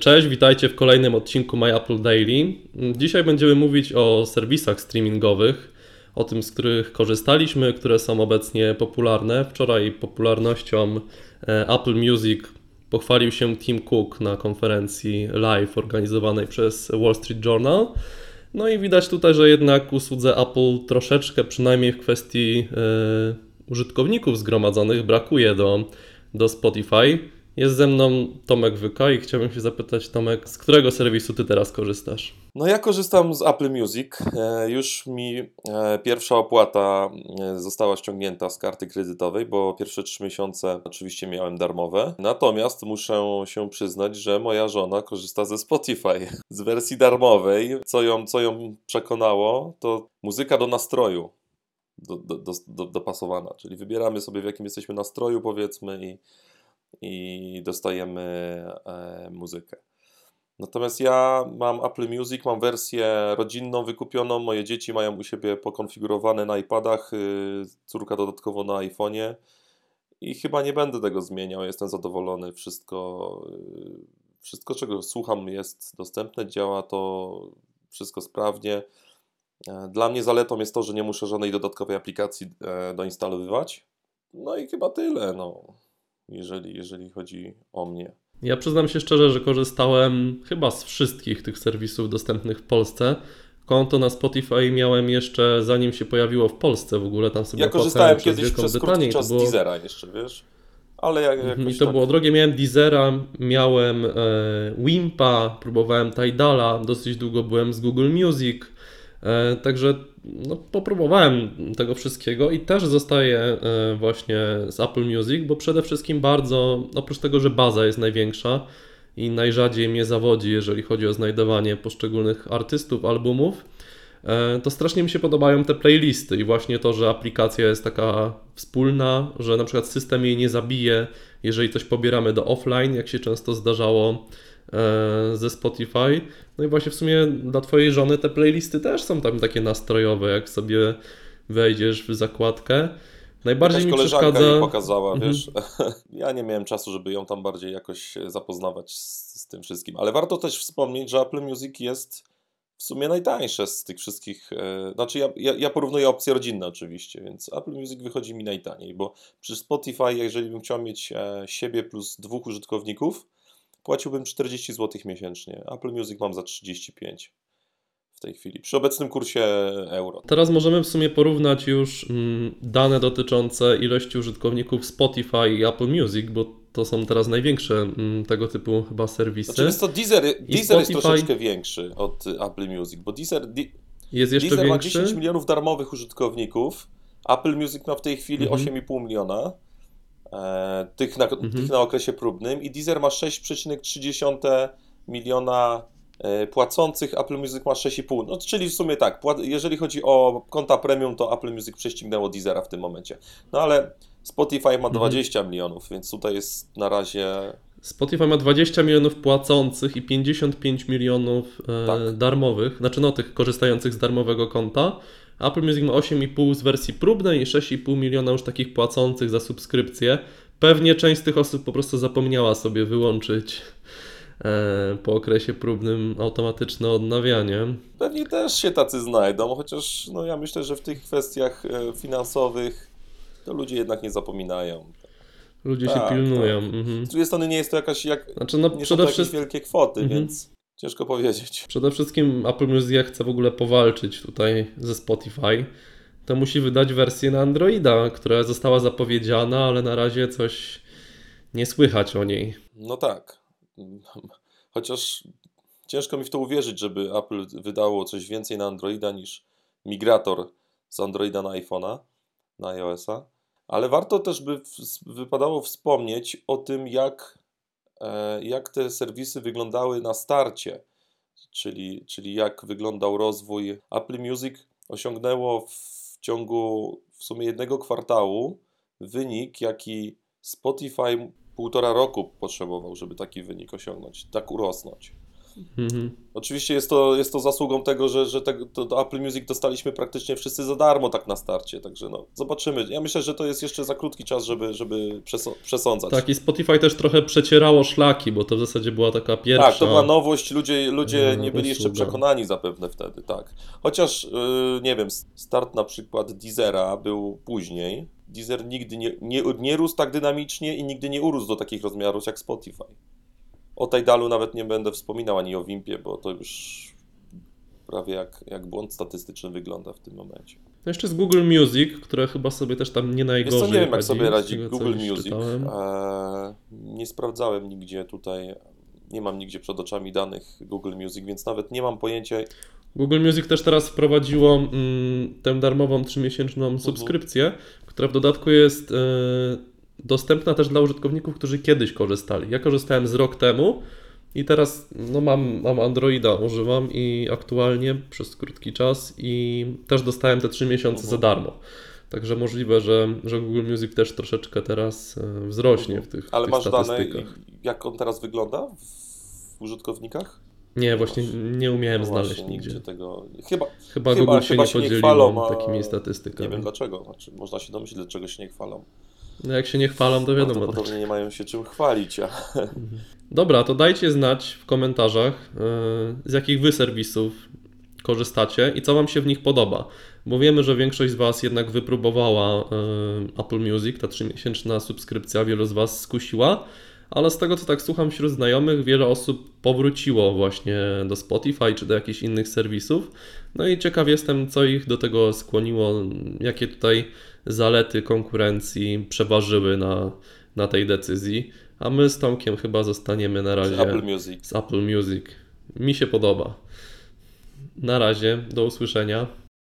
Cześć, witajcie w kolejnym odcinku My Apple Daily. Dzisiaj będziemy mówić o serwisach streamingowych, o tym, z których korzystaliśmy, które są obecnie popularne. Wczoraj popularnością Apple Music pochwalił się Tim Cook na konferencji live organizowanej przez Wall Street Journal. No i widać tutaj, że jednak usłudze Apple troszeczkę, przynajmniej w kwestii użytkowników zgromadzonych, brakuje do Spotify. Jest ze mną Tomek Wyka i chciałbym się zapytać, Tomek, z którego serwisu ty teraz korzystasz? No ja korzystam z Apple Music. Już mi pierwsza opłata została ściągnięta z karty kredytowej, bo pierwsze 3 miesiące oczywiście miałem darmowe. Natomiast muszę się przyznać, że moja żona korzysta ze Spotify z wersji darmowej. Co ją przekonało, to muzyka do nastroju dopasowana. Czyli wybieramy sobie, w jakim jesteśmy nastroju, powiedzmy, i dostajemy muzykę. Natomiast ja mam Apple Music, mam wersję rodzinną wykupioną, moje dzieci mają u siebie pokonfigurowane na iPadach, córka dodatkowo na iPhone'ie i chyba nie będę tego zmieniał, jestem zadowolony, wszystko czego słucham jest dostępne, działa to wszystko sprawnie. Dla mnie zaletą jest to, że nie muszę żadnej dodatkowej aplikacji doinstalowywać. No i chyba tyle, jeżeli chodzi o mnie. Ja przyznam się szczerze, że korzystałem chyba z wszystkich tych serwisów dostępnych w Polsce. Konto na Spotify miałem jeszcze zanim się pojawiło w Polsce w ogóle, tam sobie Ja opłacałem korzystałem przez kiedyś Wielką przez Brytanię krótki i to czas z było... Deezera jeszcze, wiesz? Ale jakoś I to tak. było drogie, miałem Deezera, miałem Wimpa, próbowałem Tidala, dosyć długo byłem z Google Music, także popróbowałem tego wszystkiego i też zostaję właśnie z Apple Music, bo przede wszystkim bardzo, oprócz tego, że baza jest największa i najrzadziej mnie zawodzi, jeżeli chodzi o znajdowanie poszczególnych artystów, albumów, to strasznie mi się podobają te playlisty i właśnie to, że aplikacja jest taka wspólna, że na przykład system jej nie zabije, jeżeli coś pobieramy do offline, jak się często zdarzało ze Spotify. No i właśnie w sumie dla twojej żony te playlisty też są tam takie nastrojowe, jak sobie wejdziesz w zakładkę. Najbardziej Jakaś mi koleżanka przeszkadza... jej pokazała, Mhm. wiesz? Ja nie miałem czasu, żeby ją tam bardziej jakoś zapoznawać z tym wszystkim. Ale warto też wspomnieć, że Apple Music jest w sumie najtańsze z tych wszystkich. Znaczy, ja porównuję opcje rodzinne oczywiście, więc Apple Music wychodzi mi najtaniej, bo przy Spotify, jeżeli bym chciał mieć siebie plus 2 użytkowników, płaciłbym 40 zł miesięcznie. Apple Music mam za 35 w tej chwili, przy obecnym kursie euro. Teraz możemy w sumie porównać już dane dotyczące ilości użytkowników Spotify i Apple Music, bo to są teraz największe tego typu chyba serwisy. Znaczy, jest to Deezer jest Spotify troszeczkę większy od Apple Music, bo jest jeszcze Deezer ma większy. 10 milionów darmowych użytkowników, Apple Music ma w tej chwili 8,5 miliona, tych na okresie próbnym, i Deezer ma 6,3 miliona płacących, Apple Music ma 6,5. No, czyli w sumie tak, jeżeli chodzi o konta premium, to Apple Music prześcignęło Deezera w tym momencie. No ale Spotify ma 20 milionów, więc tutaj jest na razie... Spotify ma 20 milionów płacących i 55 milionów Tak. darmowych, znaczy tych korzystających z darmowego konta. Apple Music ma 8,5 z wersji próbnej i 6,5 miliona już takich płacących za subskrypcję. Pewnie część z tych osób po prostu zapomniała sobie wyłączyć po okresie próbnym automatyczne odnawianie. Pewnie też się tacy znajdą, chociaż ja myślę, że w tych kwestiach finansowych to ludzie jednak nie zapominają. Ludzie się Tak, pilnują. tak. Z drugiej strony nie jest to jakaś, Znaczy, nie są przede to jakieś wszystkim wielkie kwoty, więc ciężko powiedzieć. Przede wszystkim Apple Music chce w ogóle powalczyć tutaj ze Spotify. To musi wydać wersję na Androida, która została zapowiedziana, ale na razie coś nie słychać o niej. No tak. Chociaż ciężko mi w to uwierzyć, żeby Apple wydało coś więcej na Androida niż migrator z Androida na iPhone'a, na iOS-a. Ale warto też by wypadało wspomnieć o tym, jak te serwisy wyglądały na starcie, czyli jak wyglądał rozwój. Apple Music osiągnęło w ciągu w sumie 1 kwartału wynik, jaki Spotify 1,5 roku potrzebował, żeby taki wynik osiągnąć, tak urosnąć. Mhm. Oczywiście jest to zasługą tego, że to Apple Music dostaliśmy praktycznie wszyscy za darmo tak na starcie, także no, zobaczymy. Ja myślę, że to jest jeszcze za krótki czas, żeby przesądzać. Tak, i Spotify też trochę przecierało szlaki, bo to w zasadzie była taka pierwsza Tak, to była nowość, ludzie nie byli jeszcze usługa. przekonani zapewne wtedy, tak. Chociaż, nie wiem, start na przykład Deezera był później. Deezer nigdy nie rósł tak dynamicznie i nigdy nie urósł do takich rozmiarów jak Spotify. O Tidalu nawet nie będę wspominał, ani o Wimpie, bo to już prawie jak błąd statystyczny wygląda w tym momencie. No jeszcze z Google Music, które chyba sobie też tam nie Wiesz najgorzej co, nie wiem jak radzi, sobie z radzi tego, co Google gdzieś Music. czytałem. Nie sprawdzałem nigdzie tutaj, nie mam nigdzie przed oczami danych Google Music, więc nawet nie mam pojęcia. Google Music też teraz wprowadziło tę darmową 3-miesięczną subskrypcję, która w dodatku jest dostępna też dla użytkowników, którzy kiedyś korzystali. Ja korzystałem z rok temu i teraz no mam Androida, używam i aktualnie przez krótki czas i też dostałem te 3 miesiące za darmo. Także możliwe, że Google Music też troszeczkę teraz wzrośnie w tych, Ale tych masz dane, statystykach. jak on teraz wygląda w użytkownikach? Nie, właśnie nie umiałem No znaleźć właśnie, nigdzie. tego. Chyba Google się nie podzieliło chwalą, takimi nie statystykami. wiem dlaczego. Znaczy, można się domyślić, dlaczego się nie chwalą. No jak się nie chwalą, to wiadomo. Prawdopodobnie nie mają się czym chwalić. Dobra, to dajcie znać w komentarzach, z jakich wy serwisów korzystacie i co wam się w nich podoba. Bo wiemy, że większość z was jednak wypróbowała Apple Music, ta 3-miesięczna subskrypcja wielu z was skusiła, ale z tego co tak słucham wśród znajomych, wiele osób powróciło właśnie do Spotify czy do jakichś innych serwisów. No i ciekaw jestem, co ich do tego skłoniło, jakie tutaj zalety konkurencji przeważyły na tej decyzji. A my z Tomkiem chyba zostaniemy na razie Apple Music. z Apple Music. Mi się podoba. Na razie, do usłyszenia.